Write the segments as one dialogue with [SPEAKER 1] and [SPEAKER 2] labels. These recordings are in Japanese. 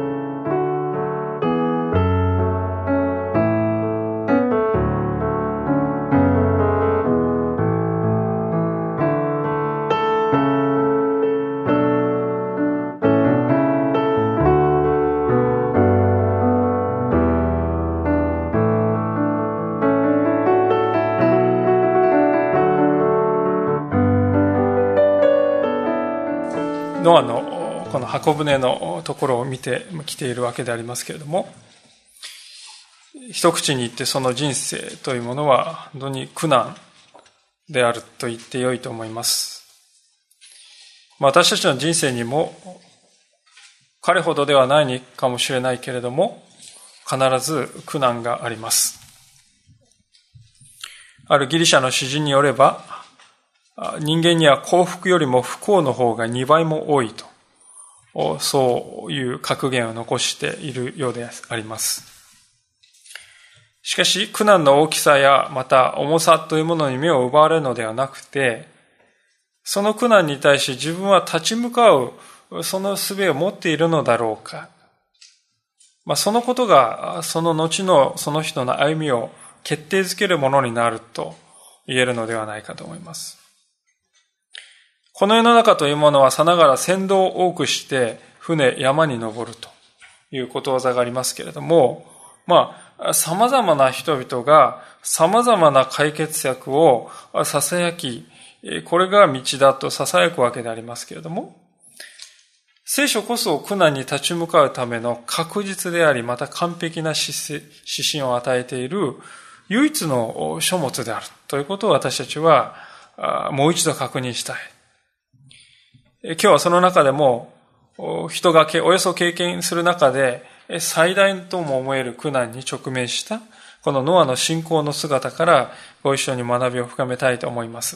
[SPEAKER 1] ノアのこの箱舟のところを見てきているわけでありますけれども、一口に言ってその人生というものは本当に苦難であると言ってよいと思います。私たちの人生にも彼ほどではないかもしれないけれども、必ず苦難があります。あるギリシャの詩人によれば、人間には幸福よりも不幸の方が2倍も多いと、そういう格言を残しているようであります。しかし苦難の大きさやまた重さというものに目を奪われるのではなくて、その苦難に対し自分は立ち向かうその術を持っているのだろうか、そのことがその後のその人の歩みを決定づけるものになると言えるのではないかと思います。この世の中というものはさながら船頭を多くして船山に登るということわざがありますけれども、様々な人々が様々な解決策を囁き、これが道だと囁くわけでありますけれども、聖書こそ苦難に立ち向かうための確実であり、また完璧な指針を与えている唯一の書物であるということを私たちはもう一度確認したい。今日はその中でも人がおよそ経験する中で最大とも思える苦難に直面したこのノアの信仰の姿からご一緒に学びを深めたいと思います。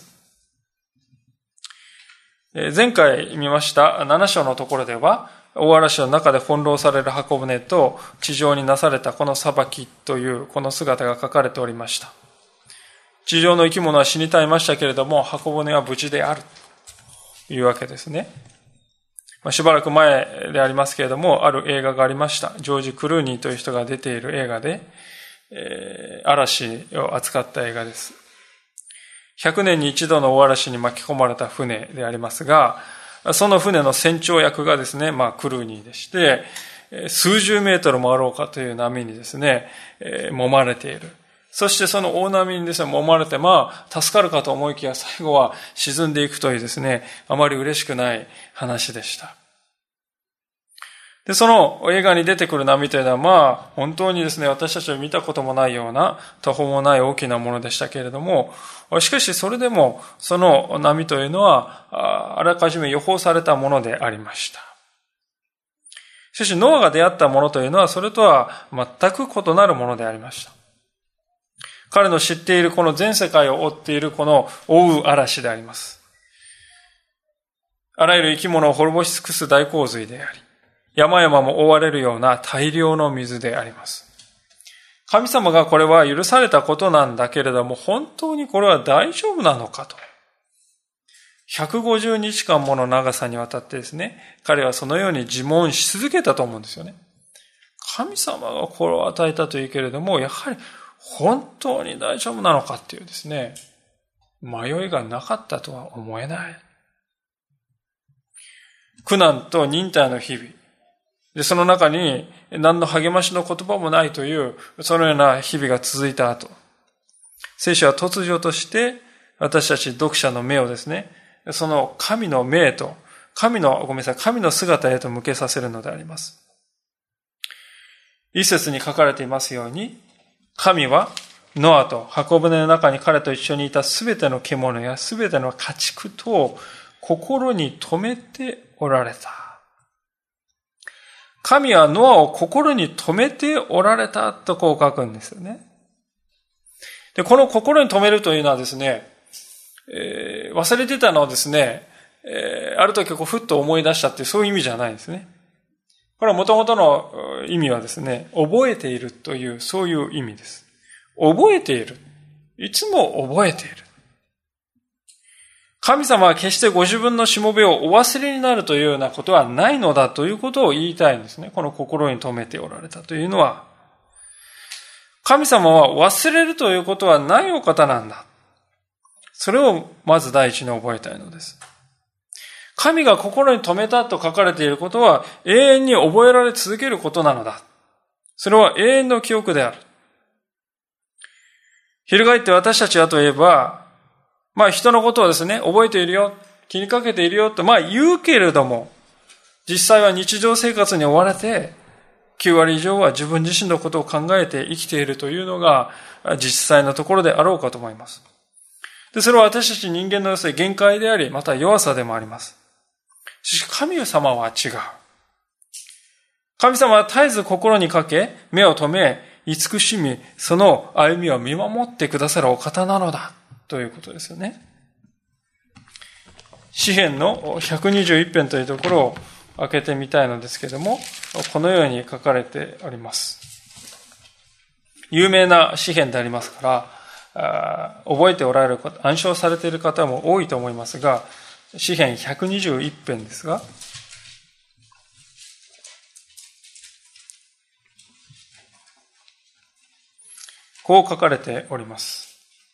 [SPEAKER 1] 前回見ました7章のところでは、大嵐の中で翻弄される箱舟と地上になされたこの裁きというこの姿が書かれておりました。地上の生き物は死に絶えましたけれども、箱舟は無事であるというわけですね。しばらく前でありますけれども、ある映画がありました。ジョージ・クルーニーという人が出ている映画で、嵐を扱った映画です。100年に一度の大嵐に巻き込まれた船でありますが、その船の船長役がですね、クルーニーでして、数十メートルもあろうかという波にですね、揉まれている。そしてその大波にですね、揉まれて、助かるかと思いきや最後は沈んでいくというですね、あまり嬉しくない話でした。で、その映画に出てくる波というのは、本当にですね、私たちは見たこともないような、途方もない大きなものでしたけれども、しかしそれでも、その波というのは、あらかじめ予報されたものでありました。しかし、ノアが出会ったものというのは、それとは全く異なるものでありました。彼の知っているこの全世界を覆っているこの覆う嵐であります。あらゆる生き物を滅ぼし尽くす大洪水であり、山々も覆われるような大量の水であります。神様がこれは許されたことなんだけれども、本当にこれは大丈夫なのかと。150日間もの長さにわたってですね、彼はそのように自問し続けたと思うんですよね。神様がこれを与えたというけれども、やはり本当に大丈夫なのかっていうですね、迷いがなかったとは思えない。苦難と忍耐の日々。で、その中に何の励ましの言葉もないという、そのような日々が続いた後、聖書は突如として私たち読者の目をですね、その神の目へと、神の姿へと向けさせるのであります。一節に書かれていますように、神はノアと箱舟の中に彼と一緒にいたすべての獣やすべての家畜とを心に留めておられた。神はノアを心に留めておられたとこう書くんですよね。で、この心に留めるというのはですね、忘れてたのをですね、ある時ふっと思い出したっていうそういう意味じゃないんですね。これは元々の意味はですね、覚えているというそういう意味です。覚えている。いつも覚えている。 神様は決してご自分のしもべをお忘れになるというようなことはないのだということを言いたいんですね。この心に留めておられたというのは、神様は忘れるということはないお方なんだ。それをまず第一に覚えたいのです。神が心に留めたと書かれていることは永遠に覚えられ続けることなのだ。それは永遠の記憶である。翻って私たちはといえば、人のことをですね、覚えているよ、気にかけているよと、言うけれども、実際は日常生活に追われて、9割以上は自分自身のことを考えて生きているというのが実際のところであろうかと思います。で、それは私たち人間の要するに限界であり、また弱さでもあります。しかし神様は違う。神様は絶えず心にかけ、目を留め、慈しみ、その歩みを見守ってくださるお方なのだ。ということですよね。詩編の121編というところを開けてみたいのですけれども、このように書かれてあります。有名な詩編でありますから、覚えておられる方、暗唱されている方も多いと思いますが、詩編121編ですが、こう書かれております。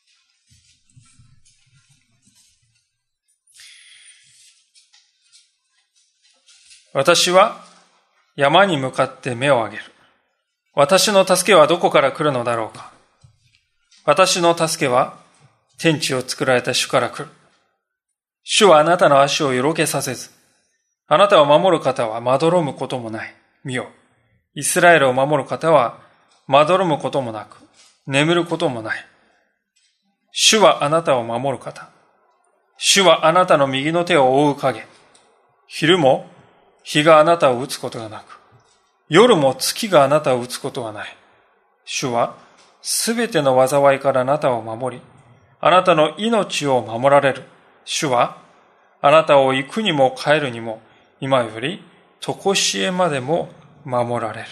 [SPEAKER 1] 私は山に向かって目を上げる。私の助けはどこから来るのだろうか。私の助けは天地を作られた主から来る。主はあなたの足をよろけさせず、あなたを守る方はまどろむこともない。見よ。イスラエルを守る方はまどろむこともなく、眠ることもない。主はあなたを守る方。主はあなたの右の手を覆う影。昼も日があなたを打つことがなく、夜も月があなたを打つことはない。主はすべての災いからあなたを守り、あなたの命を守られる。主はあなたを行くにも帰るにも、今より常しえまでも守られる。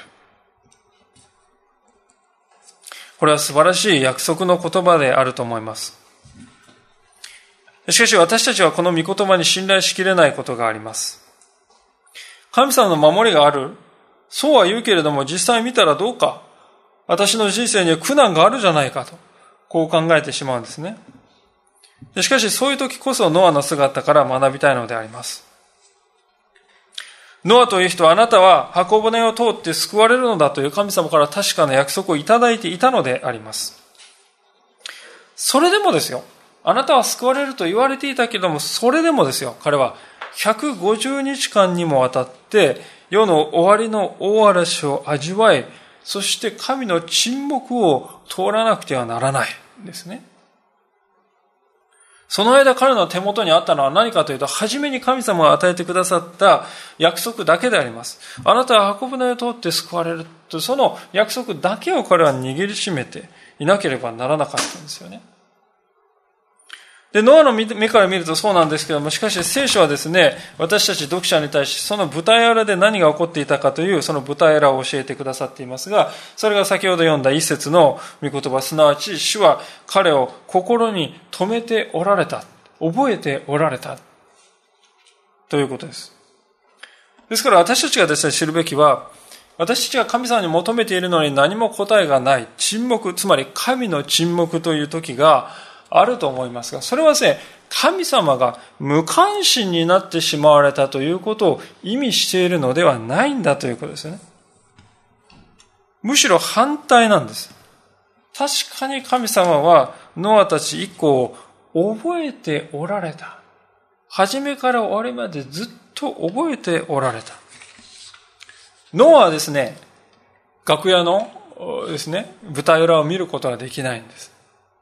[SPEAKER 1] これは素晴らしい約束の言葉であると思います。しかし私たちはこの御言葉に信頼しきれないことがあります。神様の守りがある。そうは言うけれども、実際見たらどうか。私の人生には苦難があるじゃないかと、こう考えてしまうんですね。しかしそういう時こそノアの姿から学びたいのであります。ノアという人はあなたは箱舟を通って救われるのだという神様から確かな約束をいただいていたのであります。それでもですよ。あなたは救われると言われていたけれども、それでもですよ。彼は150日間にもわたって世の終わりの大嵐を味わい、そして神の沈黙を通らなくてはならないんですね。その間彼の手元にあったのは何かというと、初めに神様が与えてくださった約束だけであります。あなたは箱舟を通って救われると、その約束だけを彼は握りしめていなければならなかったんですよね。で、ノアの目から見るとそうなんですけども、しかし聖書はですね、私たち読者に対してその舞台裏で何が起こっていたかというその舞台裏を教えてくださっていますが、それが先ほど読んだ一節の御言葉、すなわち主は彼を心に留めておられた、覚えておられたということです。ですから私たちがですね、知るべきは、私たちが神様に求めているのに何も答えがない沈黙、つまり神の沈黙という時があると思いますが、それはですね、神様が無関心になってしまわれたということを意味しているのではないんだということですね。むしろ反対なんです。確かに神様はノアたち以降覚えておられた。初めから終わりまでずっと覚えておられた。ノアはですね、楽屋のですね、舞台裏を見ることはできないんです。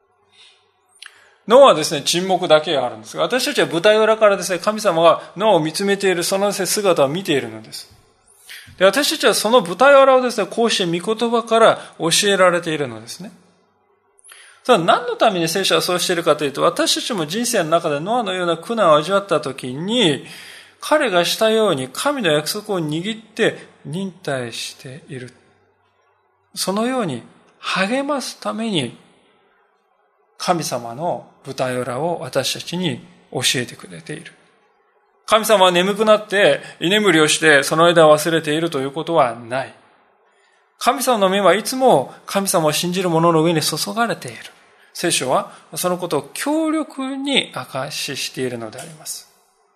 [SPEAKER 1] ノアはですね、沈黙だけがあるんですが、私たちは舞台裏からですね、神様がノアを見つめているその姿を見ているのです。で、私たちはその舞台裏をですね、こうして御言葉から教えられているのですね。ただ何のために聖書はそうしているかというと、私たちも人生の中でノアのような苦難を味わったときに、彼がしたように神の約束を握って忍耐している。そのように励ますために、神様の舞台裏を私たちに教えてくれている。神様は眠くなって居眠りをしてその間忘れているということはない。神様の目はいつも神様を信じる者の上に注がれている。聖書はそのことを強力に証ししているのであります。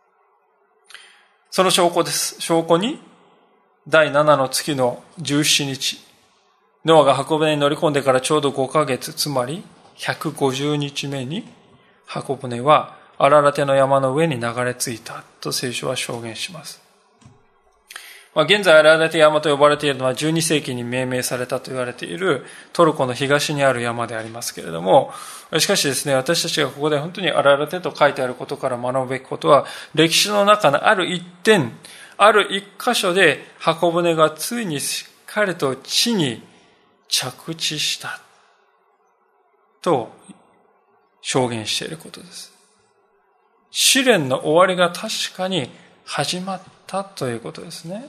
[SPEAKER 1] その証拠です。証拠に第7の月の17日、ノアが箱舟に乗り込んでからちょうど5ヶ月、つまり150日目に箱舟はアララテの山の上に流れ着いたと聖書は証言します。現在アララテ山と呼ばれているのは12世紀に命名されたと言われているトルコの東にある山でありますけれども、しかしですね、私たちがここで本当にアララテと書いてあることから学ぶべきことは、歴史の中のある一点、ある一箇所で箱舟がついにしっかりと地に着地したと証言していることです。試練の終わりが確かに始まったということですね。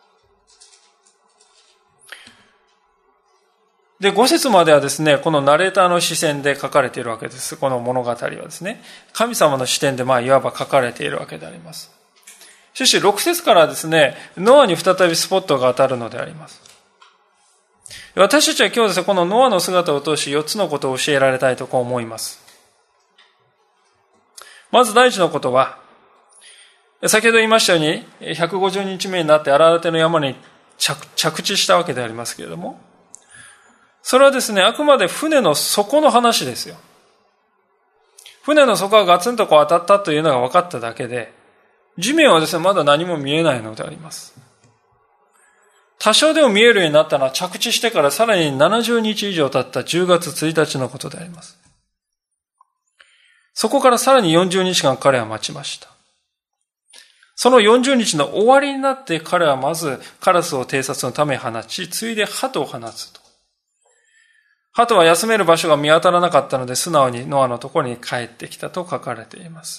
[SPEAKER 1] で、5節まではですね、このナレーターの視線で書かれているわけです。この物語はですね、神様の視点でいわば書かれているわけであります。しかし6節からですね、ノアに再びスポットが当たるのであります。私たちは今日ですね、このノアの姿を通し4つのことを教えられたいと思います。まず第一のことは、先ほど言いましたように、150日目になってアララテの山に着地したわけでありますけれども、それはですね、あくまで船の底の話ですよ。船の底がガツンと当たったというのが分かっただけで、地面はですね、まだ何も見えないのであります。多少でも見えるようになったのは着地してからさらに70日以上経った10月1日のことであります。そこからさらに40日間彼は待ちました。その40日の終わりになって彼はまずカラスを偵察のために放ち、ついで鳩を放つと。鳩は休める場所が見当たらなかったので素直にノアのところに帰ってきたと書かれています。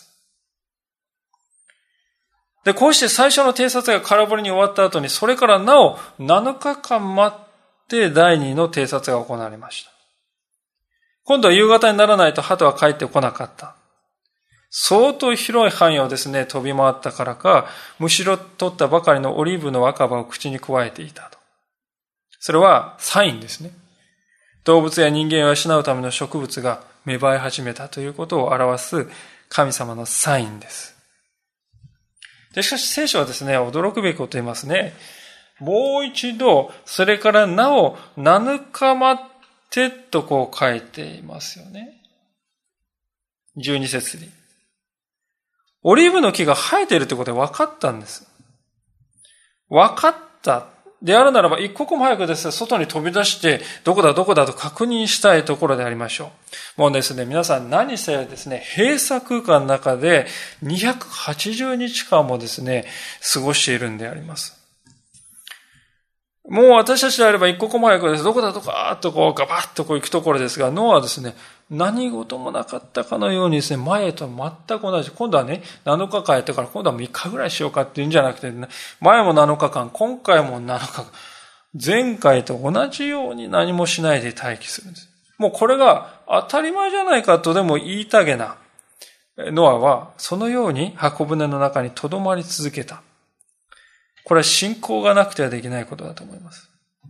[SPEAKER 1] で、こうして最初の偵察が空振りに終わった後に、それからなお7日間待って第2の偵察が行われました。今度は夕方にならないと鳩は帰ってこなかった。相当広い範囲をですね、飛び回ったからか、むしろ取ったばかりのオリーブの若葉を口に加えていたと。それはサインですね。動物や人間を養うための植物が芽生え始めたということを表す神様のサインです。でしかし聖書はですね、驚くべきことを言いますね。もう一度、それからなお7日待ってと書いていますよね。12節に。オリーブの木が生えているということで分かったんです。分かったであるならば、一刻も早くですね、外に飛び出して、どこだと確認したいところでありましょう。もうですね、皆さん何せですね、閉鎖空間の中で280日間もですね、過ごしているんであります。もう私たちであれば一刻も早くです、どこだとかーっとガバッと行くところですが、ノアはですね、何事もなかったかのようにですね、前と全く同じ。今度はね、7日間やってから今度は3日ぐらいしようかっていうんじゃなくて、ね、前も7日間、今回も7日間、前回と同じように何もしないで待機するんです。もうこれが当たり前じゃないかとでも言いたげなノアは、そのように箱舟の中に留まり続けた。これは信仰がなくてはできないことだと思います。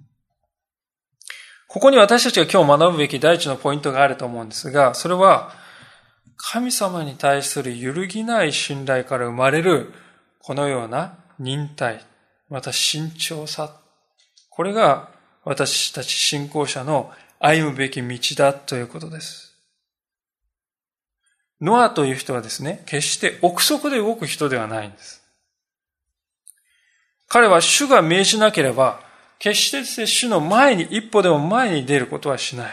[SPEAKER 1] ここに私たちが今日学ぶべき第一のポイントがあると思うんですが、それは神様に対する揺るぎない信頼から生まれるこのような忍耐、また慎重さ。これが私たち信仰者の歩むべき道だということです。ノアという人はですね、決して憶測で動く人ではないんです。彼は主が命じなければ、決してですね、主の前に、一歩でも前に出ることはしない。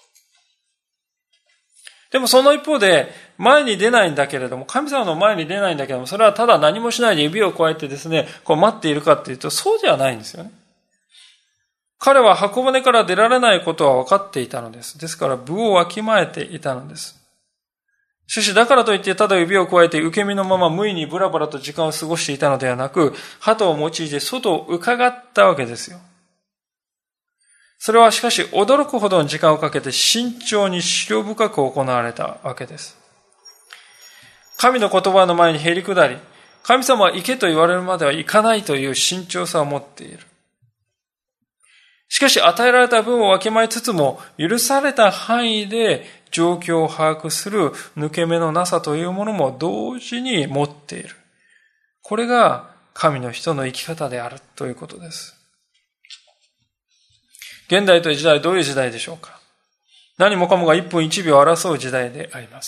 [SPEAKER 1] でもその一方で、前に出ないんだけれども、神様の前に出ないんだけれども、それはただ何もしないで指を加えてですね、待っているかっていうと、そうではないんですよね。彼は箱舟から出られないことは分かっていたのです。ですから、分をわきまえていたのです。しかし、だからといって、ただ指を加えて受け身のまま無意にブラブラと時間を過ごしていたのではなく、鳩を用いて外を伺ったわけですよ。それはしかし、驚くほどの時間をかけて慎重に思慮深く行われたわけです。 神の言葉の前にへり下り、神様は行けと言われるまでは行かないという慎重さを持っている。しかし与えられた分をわきまえつつも、許された範囲で状況を把握する抜け目のなさというものも同時に持っている。これが神の人の生き方であるということです。現代という時代、どういう時代でしょうか。何もかもが1分1秒を争う時代であります。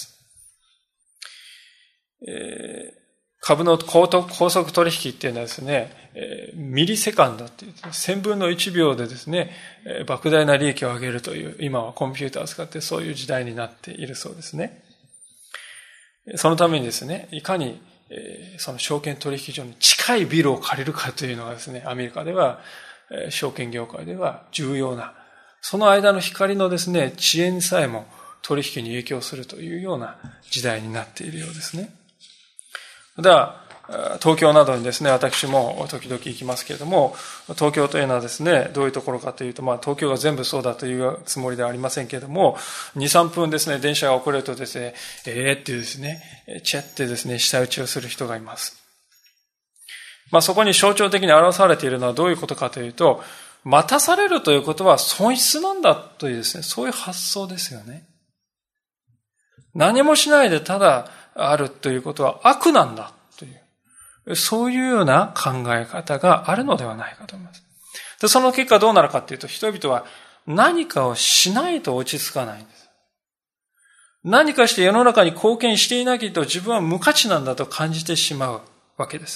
[SPEAKER 1] 株の高速取引っていうのはですね、ミリセカンドっていう1000分の1秒でですね、莫大な利益を上げるという、今はコンピューターを使ってそういう時代になっているそうですね。そのためにですね、いかにその証券取引所に近いビルを借りるかというのがですね、アメリカでは証券業界では重要な、その間の光のですね、遅延さえも取引に影響するというような時代になっているようですね。では、東京などにですね、私も時々行きますけれども、東京というのはですね、どういうところかというと、東京が全部そうだというつもりではありませんけれども、2、3分ですね、電車が遅れるとですね、っていうですね、チェってですね、舌打ちをする人がいます。そこに象徴的に表されているのはどういうことかというと、待たされるということは損失なんだというですね、そういう発想ですよね。何もしないでただあるということは悪なんだという、そういうような考え方があるのではないかと思います。で、その結果どうなるかというと、人々は何かをしないと落ち着かないんです。何かして世の中に貢献していなきゃと自分は無価値なんだと感じてしまうわけです。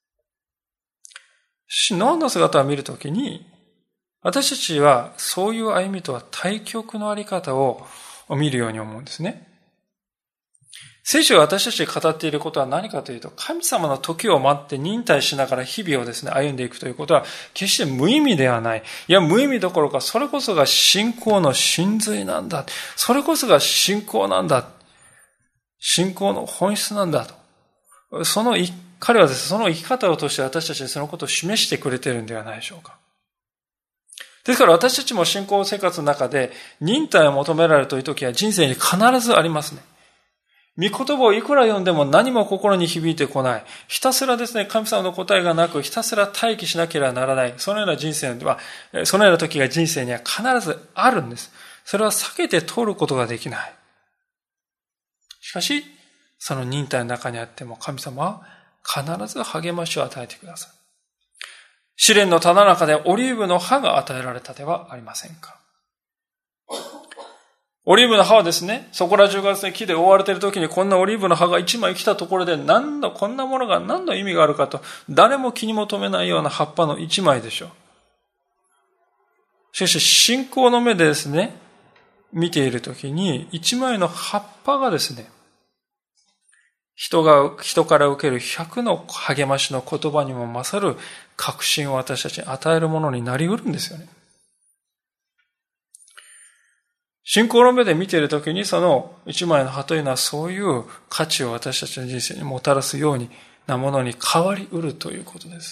[SPEAKER 1] ノアの姿を見るときに、私たちはそういう歩みとは対極のあり方を見るように思うんですね。聖書が私たちに語っていることは何かというと、神様の時を待って忍耐しながら日々をですね、歩んでいくということは決して無意味ではない。いや、無意味どころか、それこそが信仰の真髄なんだ。それこそが信仰なんだ。信仰の本質なんだと。彼はですね、その生き方を通して私たちにそのことを示してくれているんではないでしょうか。ですから私たちも信仰生活の中で忍耐を求められるという時は人生に必ずありますね。御言葉をいくら読んでも何も心に響いてこない。ひたすらですね、神様の答えがなく、ひたすら待機しなければならない。そのような人生は、そのような時が人生には必ずあるんです。それは避けて通ることができない。しかし、その忍耐の中にあっても神様は必ず励ましを与えてください。試練のただ中でオリーブの葉が与えられたではありませんか。オリーブの葉はですね、そこら中がですね、木で覆われている時にこんなオリーブの葉が一枚来たところでこんなものが何の意味があるかと、誰も気にも留めないような葉っぱの一枚でしょう。しかし、信仰の目でですね、見ている時に、一枚の葉っぱがですね、人から受ける100の励ましの言葉にも勝る確信を私たちに与えるものになり得るんですよね。信仰の目で見ているときにその一枚の葉というのはそういう価値を私たちの人生にもたらすようなものに変わり得るということです。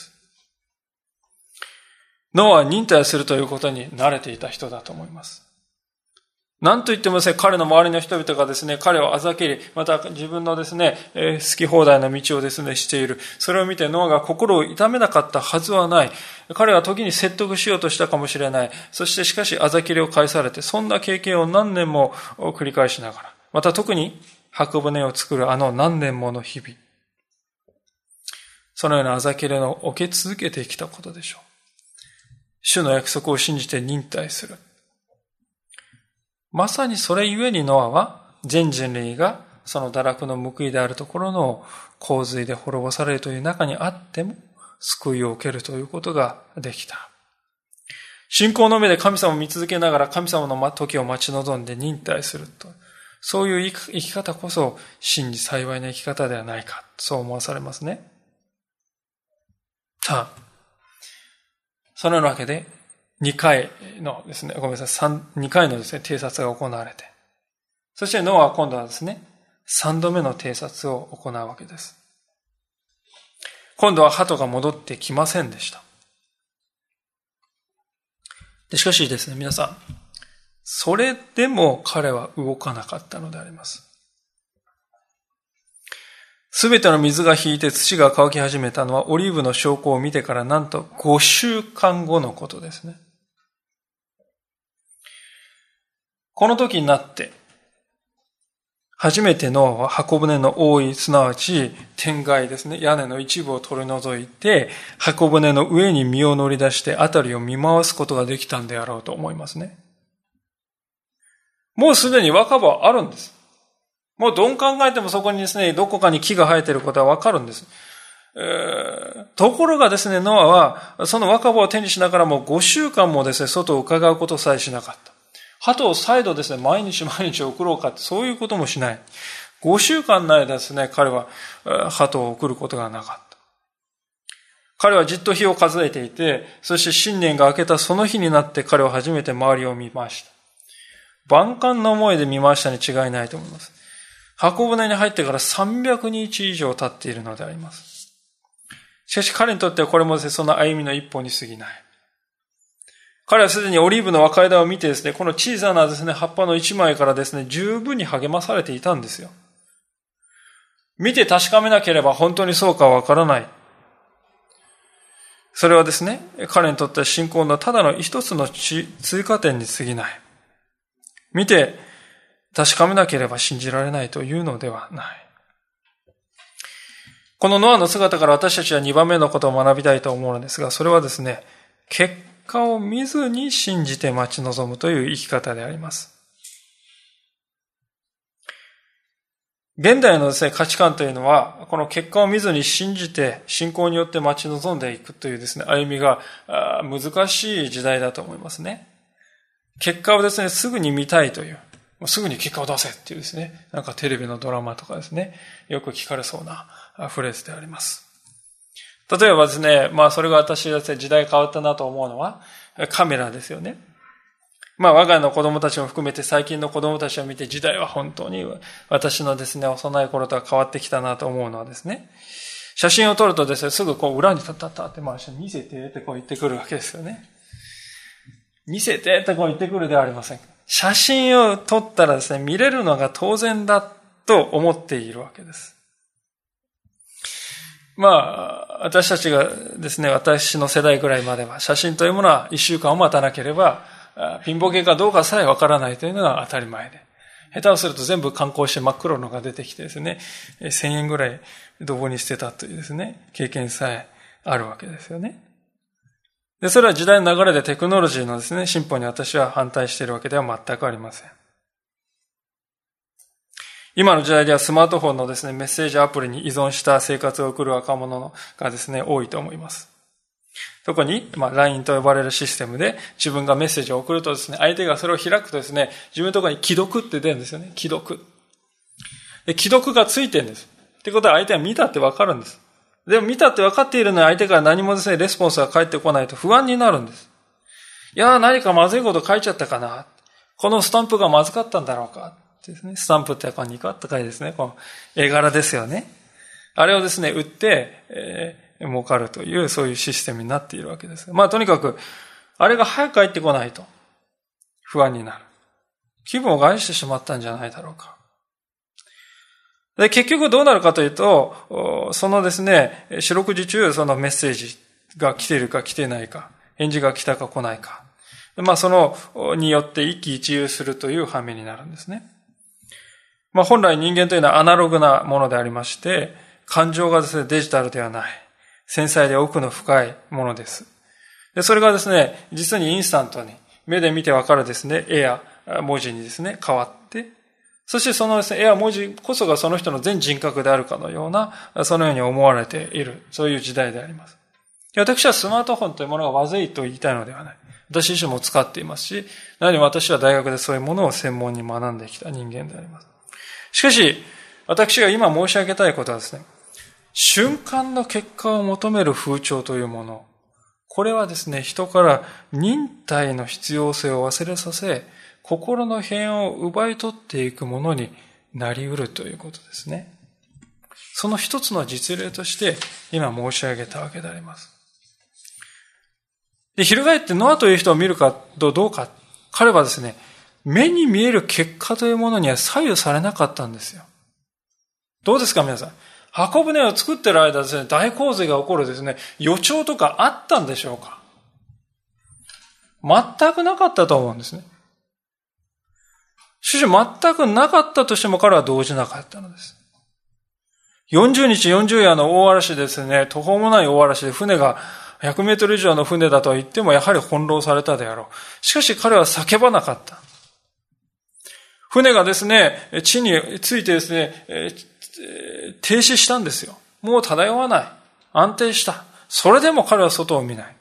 [SPEAKER 1] ノアは忍耐するということに慣れていた人だと思います。なんといってもですね、彼の周りの人々がですね、彼をあざけり、また自分のですね、好き放題な道をですね、している。それを見てノアが心を痛めなかったはずはない。彼は時に説得しようとしたかもしれない。そしてしかしあざけりを返されて、そんな経験を何年も繰り返しながら、また特に箱舟を作るあの何年もの日々。そのようなあざけりを受け続けてきたことでしょう。主の約束を信じて忍耐する。まさにそれゆえにノアは全人類がその堕落の報いであるところの洪水で滅ぼされるという中にあっても救いを受けるということができた。信仰の目で神様を見続けながら神様の時を待ち望んで忍耐すると。そういう生き方こそ真に幸いな生き方ではないか。そう思わされますね。さあ、そのようなわけで2回のですね、2回のですね、偵察が行われて、そしてノアは今度はですね、3度目の偵察を行うわけです。今度は鳩が戻ってきませんでした。しかしですね、皆さん、それでも彼は動かなかったのであります。 すべての水が引いて土が乾き始めたのはオリーブの証拠を見てからなんと5週間後のことですね。この時になって、初めての箱舟の覆い、すなわち天蓋ですね、屋根の一部を取り除いて、箱舟の上に身を乗り出して辺りを見回すことができたんであろうと思いますね。もうすでに若葉はあるんです。もうどう考えてもそこにですね、どこかに木が生えていることはわかるんです。ところがですね、ノアはその若葉を手にしながらも5週間もですね、外を伺うことさえしなかった。鳩を再度ですね、毎日送ろうかって、そういうこともしない。5週間の間ですね、彼は鳩を送ることがなかった。彼はじっと日を数えていて、そして新年が明けたその日になって彼は初めて周りを見ました。万感の思いで見ましたに違いないと思います。箱舟に入ってから300日以上経っているのであります。しかし彼にとってはこれもですね、その歩みの一歩に過ぎない。彼はすでにオリーブの若枝を見てですね、この小さなですね、葉っぱの一枚からですね、十分に励まされていたんですよ。見て確かめなければ本当にそうかはわからない。それはですね、彼にとっては信仰のただの一つの追加点に過ぎない。見て確かめなければ信じられないというのではない。このノアの姿から私たちは2番目のことを学びたいと思うのですが、それはですね、結果を見ずに信じて待ち望むという生き方であります。現代のですね、価値観というのは、この結果を見ずに信じて、信仰によって待ち望んでいくというですね、歩みが難しい時代だと思いますね。結果をですね、すぐに見たいという、すぐに結果を出せっていうですね、なんかテレビのドラマとかですね、よく聞かれそうなフレーズであります。例えばですね、それが私が時代変わったなと思うのは、カメラですよね。我が家の子供たちも含めて最近の子供たちを見て時代は本当に私のですね、幼い頃とは変わってきたなと思うのはですね、写真を撮るとですね、すぐ裏にタッタッタって見せてって言ってくるわけですよね。見せてって言ってくるではありません。写真を撮ったらですね、見れるのが当然だと思っているわけです。私たちがですね、私の世代ぐらいまでは写真というものは1週間を待たなければピンボケかどうかさえわからないというのが当たり前で、下手をすると全部観光して真っ黒のが出てきてですね、1000円ぐらいどこに捨てたというですね、経験さえあるわけですよね。で、それは時代の流れでテクノロジーのですね、進歩に私は反対しているわけでは全くありません。今の時代ではスマートフォンのですね、メッセージアプリに依存した生活を送る若者がですね、多いと思います。特に、LINE と呼ばれるシステムで自分がメッセージを送るとですね、相手がそれを開くとですね、自分のところに既読って出るんですよね。既読。で、既読がついてるんです。ってことは相手は見たってわかるんです。でも見たってわかっているのに相手から何もですね、レスポンスが返ってこないと不安になるんです。いやー、何かまずいこと書いちゃったかな。このスタンプがまずかったんだろうか。ですね、スタンプってニコッと書いてですね、この絵柄ですよね。あれをですね、売って、儲かるという、そういうシステムになっているわけです。とにかく、あれが早く帰ってこないと、不安になる。気分を害してしまったんじゃないだろうか。で、結局どうなるかというと、そのですね、四六時中、そのメッセージが来ているか来てないか、返事が来たか来ないか。その、によって一喜一憂するという羽目になるんですね。本来人間というのはアナログなものでありまして、感情がですね、デジタルではない。繊細で奥の深いものです。で、それがですね、実にインスタントに、目で見てわかるですね、絵や文字にですね、変わって、そしてそのですね、絵や文字こそがその人の全人格であるかのような、そのように思われている、そういう時代であります。私はスマートフォンというものがまずいと言いたいのではない。私自身も使っていますし、何も私は大学でそういうものを専門に学んできた人間であります。しかし、私が今申し上げたいことはですね、瞬間の結果を求める風潮というもの、これはですね、人から忍耐の必要性を忘れさせ、心の平安を奪い取っていくものになり得るということですね。その一つの実例として今申し上げたわけであります。で、翻ってノアという人を見るかどうか、彼はですね、目に見える結果というものには左右されなかったんですよ。どうですか皆さん。 箱舟を作っている間ですね、大洪水が起こるですね、予兆とかあったんでしょうか？全くなかったと思うんですね。全くなかったとしても彼は動じなかったのです。40日40夜の大嵐ですね、途方もない大嵐で船が100メートル以上の船だとは言ってもやはり翻弄されたであろう。しかし彼は叫ばなかった。船がですね、地についてですね、停止したんですよ。もう漂わない。安定した。それでも彼は外を見ない。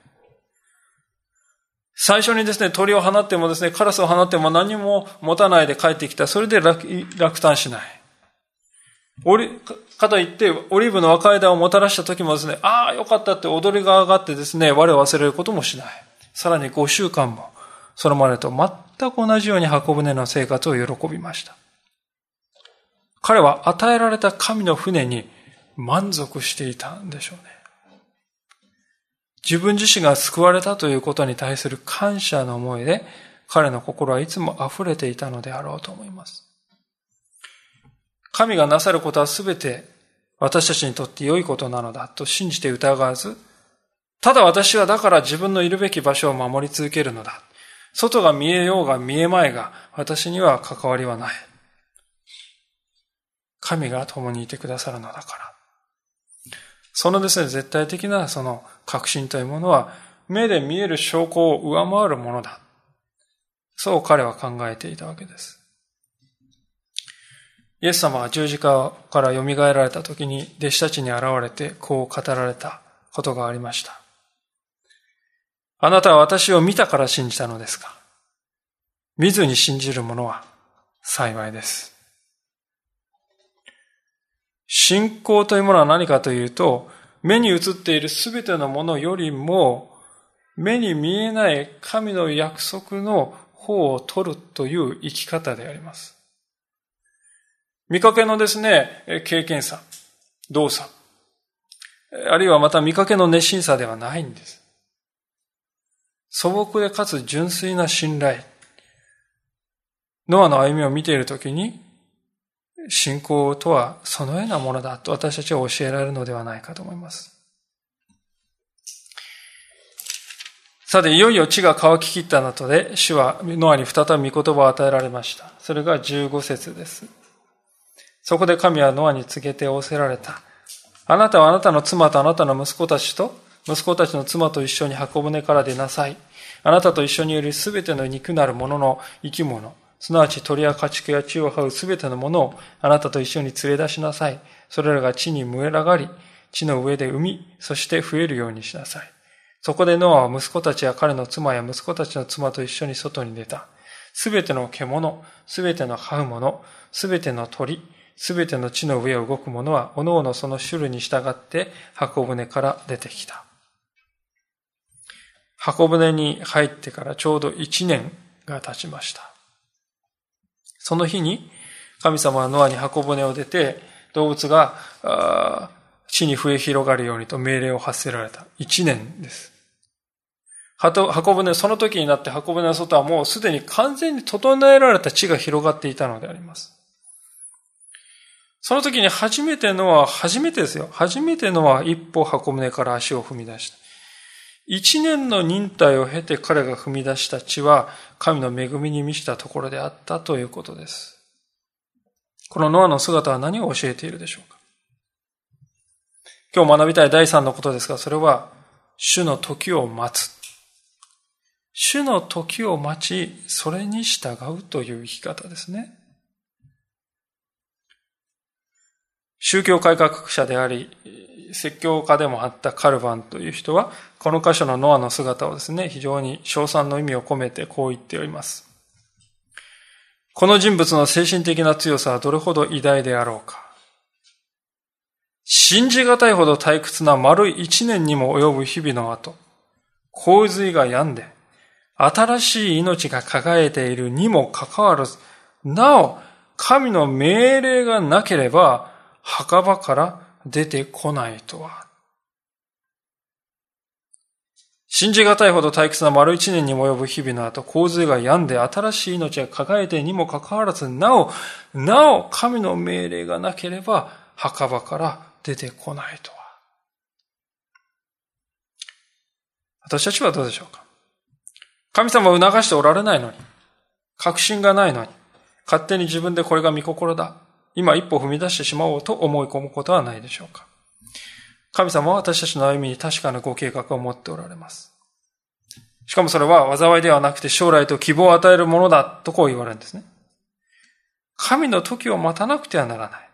[SPEAKER 1] 最初にですね、鳥を放ってもですね、カラスを放っても何も持たないで帰ってきた。それで落胆しない。かといって、オリーブの若枝をもたらした時もですね、ああ、よかったって踊りが上がってですね、我を忘れることもしない。さらに5週間も、それまでと全く同じように箱舟の生活を喜びました。彼は与えられた神の船に満足していたんでしょうね。自分自身が救われたということに対する感謝の思いで、彼の心はいつも溢れていたのであろうと思います。神がなさることはすべて私たちにとって良いことなのだと信じて疑わず、ただ私はだから自分のいるべき場所を守り続けるのだ。外が見えようが見えまいが私には関わりはない。神が共にいてくださるのだから。そのですね、絶対的なその確信というものは目で見える証拠を上回るものだ。そう彼は考えていたわけです。イエス様は十字架から蘇られた時に弟子たちに現れてこう語られたことがありました。あなたは私を見たから信じたのですか？見ずに信じる者は幸いです。信仰というものは何かというと、目に映っているすべてのものよりも目に見えない神の約束の方を取るという生き方であります。見かけのですね、経験さ、動作、あるいはまた見かけの熱心さではないんです。素朴でかつ純粋な信頼。ノアの歩みを見ているときに、信仰とはそのようなものだと私たちは教えられるのではないかと思います。さて、いよいよ地が乾ききった後で、主はノアに再び御言葉を与えられました。それが15節です。そこで神はノアに告げて仰せられた。あなたはあなたの妻とあなたの息子たちと、息子たちの妻と一緒に箱舟から出なさい。あなたと一緒にいるすべての肉なるものの生き物、すなわち鳥や家畜や地を這うすべてのものをあなたと一緒に連れ出しなさい。それらが地に群がり、地の上で産み、そして増えるようにしなさい。そこでノアは息子たちや彼の妻や息子たちの妻と一緒に外に出た。すべての獣、すべての這うもの、すべての鳥、すべての地の上を動くものは、おのおのその種類に従って箱舟から出てきた。箱舟に入ってからちょうど1年が経ちました。その日に神様はノアに箱舟を出て、動物が地に増え広がるようにと命令を発せられた。1年です。箱舟、その時になって箱舟の外はもうすでに完全に整えられた地が広がっていたのであります。その時に初めてノアは一歩箱舟から足を踏み出した。1年の忍耐を経て彼が踏み出した地は神の恵みに満ちたところであったということです。このノアの姿は何を教えているでしょうか？今日学びたい第3のことですが、それは主の時を待つ。主の時を待ち、それに従うという生き方ですね。宗教改革者であり、説教家でもあったカルバンという人は、この箇所のノアの姿をですね、非常に称賛の意味を込めてこう言っております。この人物の精神的な強さはどれほど偉大であろうか。信じがたいほど退屈な丸1年にも及ぶ日々の後、洪水が止んで、新しい命が輝いているにもかかわらず、なお、神の命令がなければ、墓場から出てこないとは。信じがたいほど退屈な丸1年にも及ぶ日々の後、洪水が止んで新しい命が輝いてにもかかわらず、なお、神の命令がなければ、墓場から出てこないとは。私たちはどうでしょうか。神様を促しておられないのに、確信がないのに、勝手に自分でこれが御心だ、今一歩踏み出してしまおうと思い込むことはないでしょうか。神様は私たちの歩みに確かなご計画を持っておられます。しかもそれは災いではなくて将来と希望を与えるものだとこう言われるんですね。神の時を待たなくてはならない。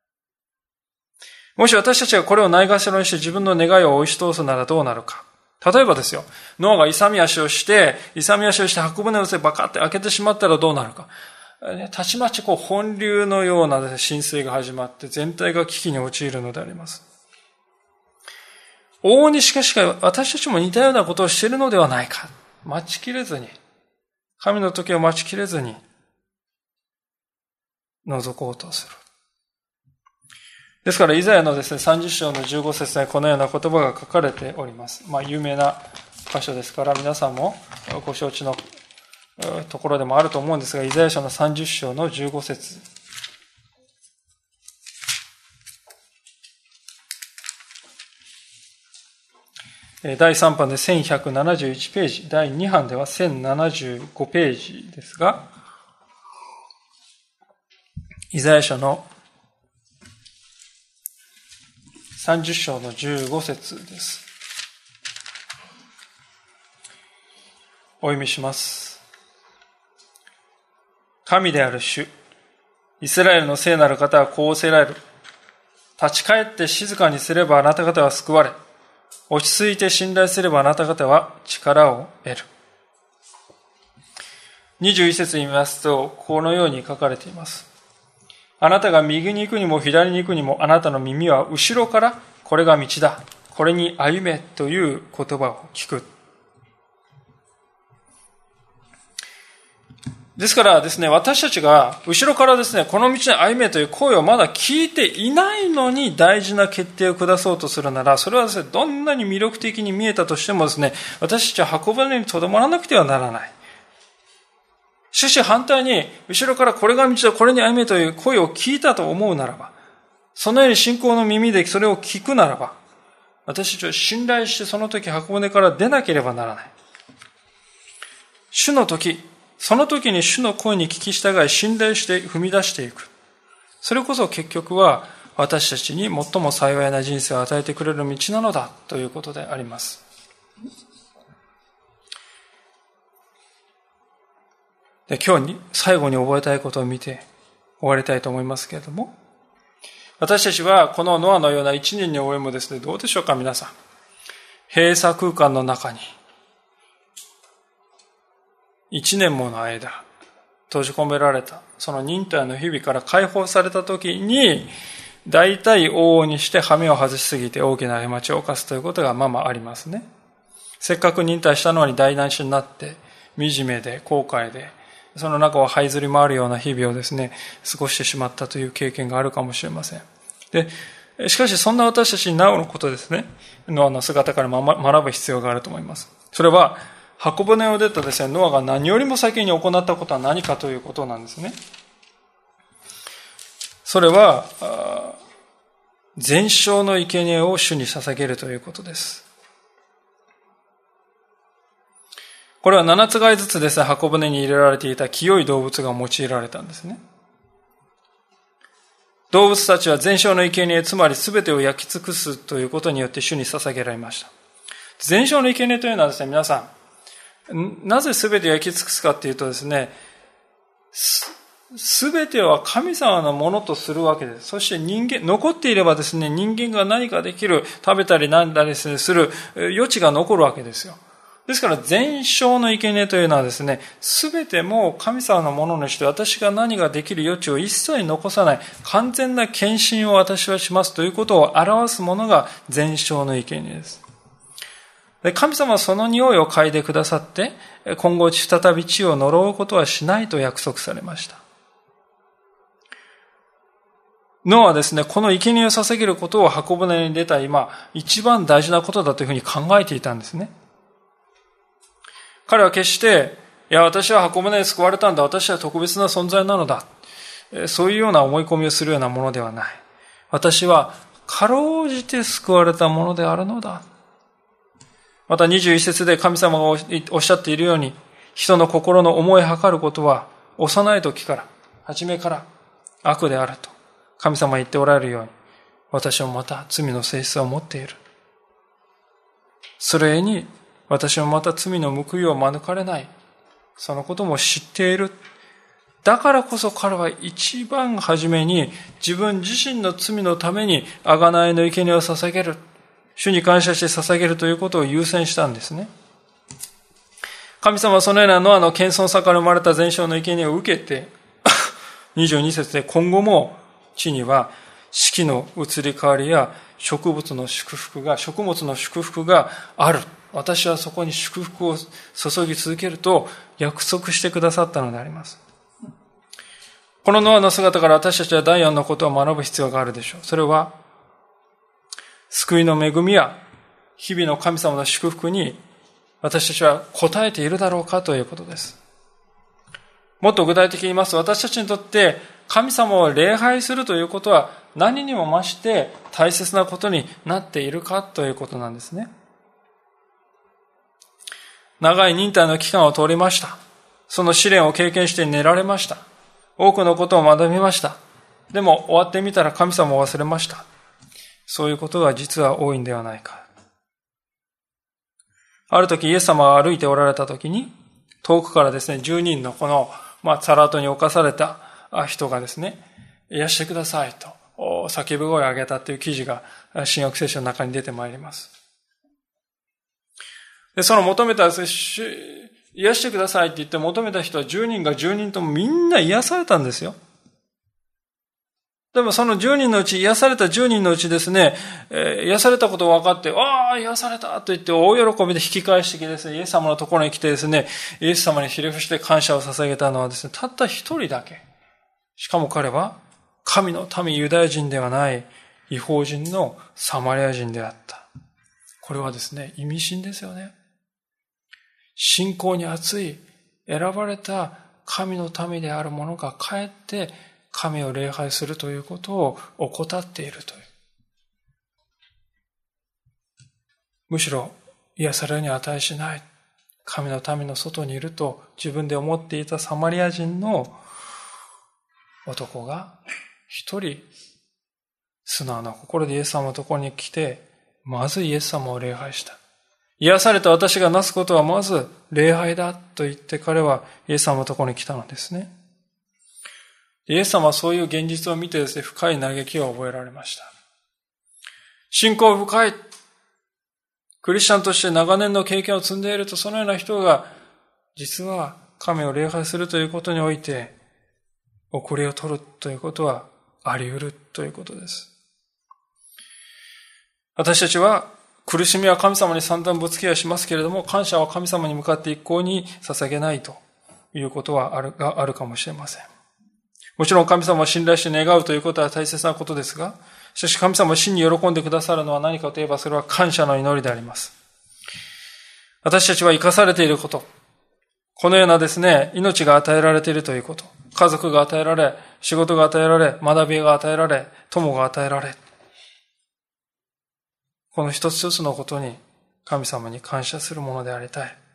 [SPEAKER 1] もし私たちがこれをないがしろにして自分の願いを押し通すならどうなるか。例えばですよ、ノアが勇み足をして箱舟をバカって開けてしまったらどうなるか。たちまち本流のような浸水が始まって全体が危機に陥るのであります。往々にしかし私たちも似たようなことをしているのではないか。待ちきれずに、神の時を待ちきれずに、覗こうとする。ですから、イザヤのですね、30章の15節にこのような言葉が書かれております。有名な箇所ですから、皆さんもご承知のところでもあると思うんですが、イザヤ書の30章の15節。第3版で1171ページ、第2版では1075ページですが、イザヤ書の30章の15節です。お読みします。神である主、イスラエルの聖なる方はこうおせられる。立ち返って静かにすればあなた方は救われ、落ち着いて信頼すればあなた方は力を得る。21節に見ますと、このように書かれています。あなたが右に行くにも左に行くにも、あなたの耳は後ろからこれが道だ、これに歩めという言葉を聞く。ですからですね、私たちが後ろからですね、この道に歩めという声をまだ聞いていないのに大事な決定を下そうとするなら、それはですね、どんなに魅力的に見えたとしてもですね、私たちは箱舟にとどまらなくてはならない。しかし反対に、後ろからこれが道だ、これに歩めという声を聞いたと思うならば、そのように信仰の耳でそれを聞くならば、私たちは信頼してその時箱舟から出なければならない。主の時、その時に主の声に聞き従い、信頼して踏み出していく。それこそ結局は私たちに最も幸いな人生を与えてくれる道なのだということであります。で、今日に最後に覚えたいことを見て終わりたいと思いますけれども、私たちはこのノアのような一年に及ぶですね、どうでしょうか皆さん。閉鎖空間の中に一年もの間閉じ込められた、その忍耐の日々から解放された時に、大体往々にして羽目を外しすぎて大きな過ちを犯すということがありますね。せっかく忍耐したのに台無しになって、惨めで後悔で、その中を這いずり回るような日々をですね、過ごしてしまったという経験があるかもしれません。で、しかしそんな私たちになおのことですね、ノアの姿から学ぶ必要があると思います。それは、箱舟を出たですね、ノアが何よりも先に行ったことは何かということなんですね。それは、全焼の生贄を主に捧げるということです。これは7つがいずつですね、箱舟に入れられていた清い動物が用いられたんですね。動物たちは全焼の生贄、つまり全てを焼き尽くすということによって主に捧げられました。全焼の生贄というのはですね、皆さん、なぜ全てを焼き尽くすかっていうとですね、全ては神様のものとするわけです。そして残っていればですね、人間が何かできる、食べたりなんだりする余地が残るわけですよ。ですから全焼の生贄というのはですね、全てもう神様のものにして私が何ができる余地を一切残さない完全な献身を私はしますということを表すものが全焼の生贄です。神様はその匂いを嗅いでくださって、今後再び地を呪うことはしないと約束されました。ノアはですね、この生贄を捧げることを箱舟に出た今、一番大事なことだというふうに考えていたんですね。彼は決して、私は箱舟で救われたんだ、私は特別な存在なのだ、そういうような思い込みをするようなものではない。私はかろうじて救われたものであるのだ。また21節で神様がおっしゃっているように、人の心の思い計ることは幼い時から、初めから悪であると神様は言っておられるように、私もまた罪の性質を持っている。それに私もまた罪の報いを免れない。そのことも知っている。だからこそ彼は一番初めに自分自身の罪のために贖いの生贄を捧げる。主に感謝して捧げるということを優先したんですね。神様はそのようなノアの謙遜さから生まれた全焼の生贄を受けて、22節で今後も地には四季の移り変わりや食物の祝福がある。私はそこに祝福を注ぎ続けると約束してくださったのであります。このノアの姿から私たちは第4のことを学ぶ必要があるでしょう。それは、救いの恵みや日々の神様の祝福に私たちは応えているだろうかということです。もっと具体的に言いますと、私たちにとって神様を礼拝するということは何にも増して大切なことになっているかということなんですね。長い忍耐の期間を通りました。その試練を経験して練られました。多くのことを学びました。でも終わってみたら神様を忘れました。そういうことが実は多いんではないか。ある時イエス様が歩いておられた時に、遠くからですね、10人のこの、サラートに侵された人がですね、癒してくださいと叫び声を上げたという記事が新約聖書の中に出てまいります。で、その求めた癒してくださいって言って求めた人は10人が10人ともみんな癒されたんですよ。でもその10人のうち、癒された10人のうちですね、癒されたことが分かって、癒されたと言って大喜びで引き返してきてですね、イエス様のところに来てですね、イエス様にひれ伏して感謝を捧げたのはですね、たった一人だけ。しかも彼は、神の民ユダヤ人ではない異邦人のサマリア人であった。これはですね、意味深ですよね。信仰に熱い選ばれた神の民である者がかえって神を礼拝するということを怠っているという。むしろ癒されるに値しない神の民の外にいると自分で思っていたサマリア人の男が一人素直な心でイエス様のところに来て、まずイエス様を礼拝した。癒された私がなすことはまず礼拝だと言って彼はイエス様のところに来たのですね。イエス様はそういう現実を見てですね、深い嘆きを覚えられました。信仰深い。クリスチャンとして長年の経験を積んでいると、そのような人が実は神を礼拝するということにおいて遅れを取るということはあり得るということです。私たちは苦しみは神様に散々ぶつけはしますけれども、感謝は神様に向かって一向に捧げないということはあるかもしれません。もちろん神様を信頼して願うということは大切なことですが、しかし神様を真に喜んでくださるのは何かといえば、それは感謝の祈りであります。私たちは生かされていること、このようなですね、命が与えられているということ、家族が与えられ、仕事が与えられ、学びが与えられ、友が与えられ、この一つ一つのことに神様に感謝するものでありたい。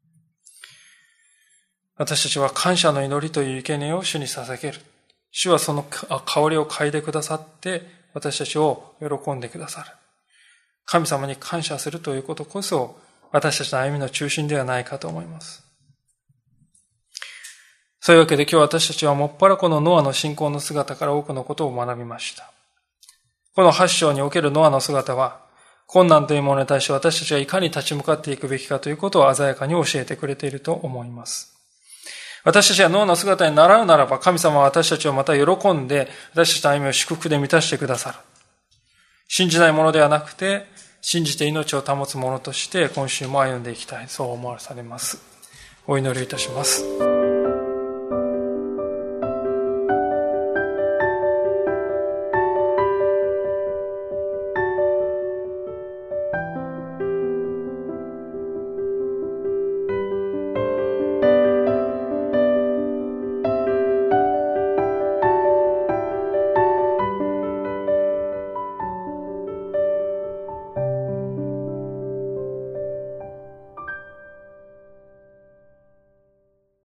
[SPEAKER 1] 私たちは感謝の祈りという生贄を主に捧げる。主はその香りを嗅いでくださって私たちを喜んでくださる。神様に感謝するということこそ私たちの歩みの中心ではないかと思います。そういうわけで今日私たちはもっぱらこのノアの信仰の姿から多くのことを学びました。この8章におけるノアの姿は困難というものに対して私たちがいかに立ち向かっていくべきかということを鮮やかに教えてくれていると思います。私たちがノアの姿に習うならば、神様は私たちをまた喜んで、私たちの歩みを祝福で満たしてくださる。信じないものではなくて、信じて命を保つものとして、今週も歩んでいきたい。そう思わされます。お祈りいたします。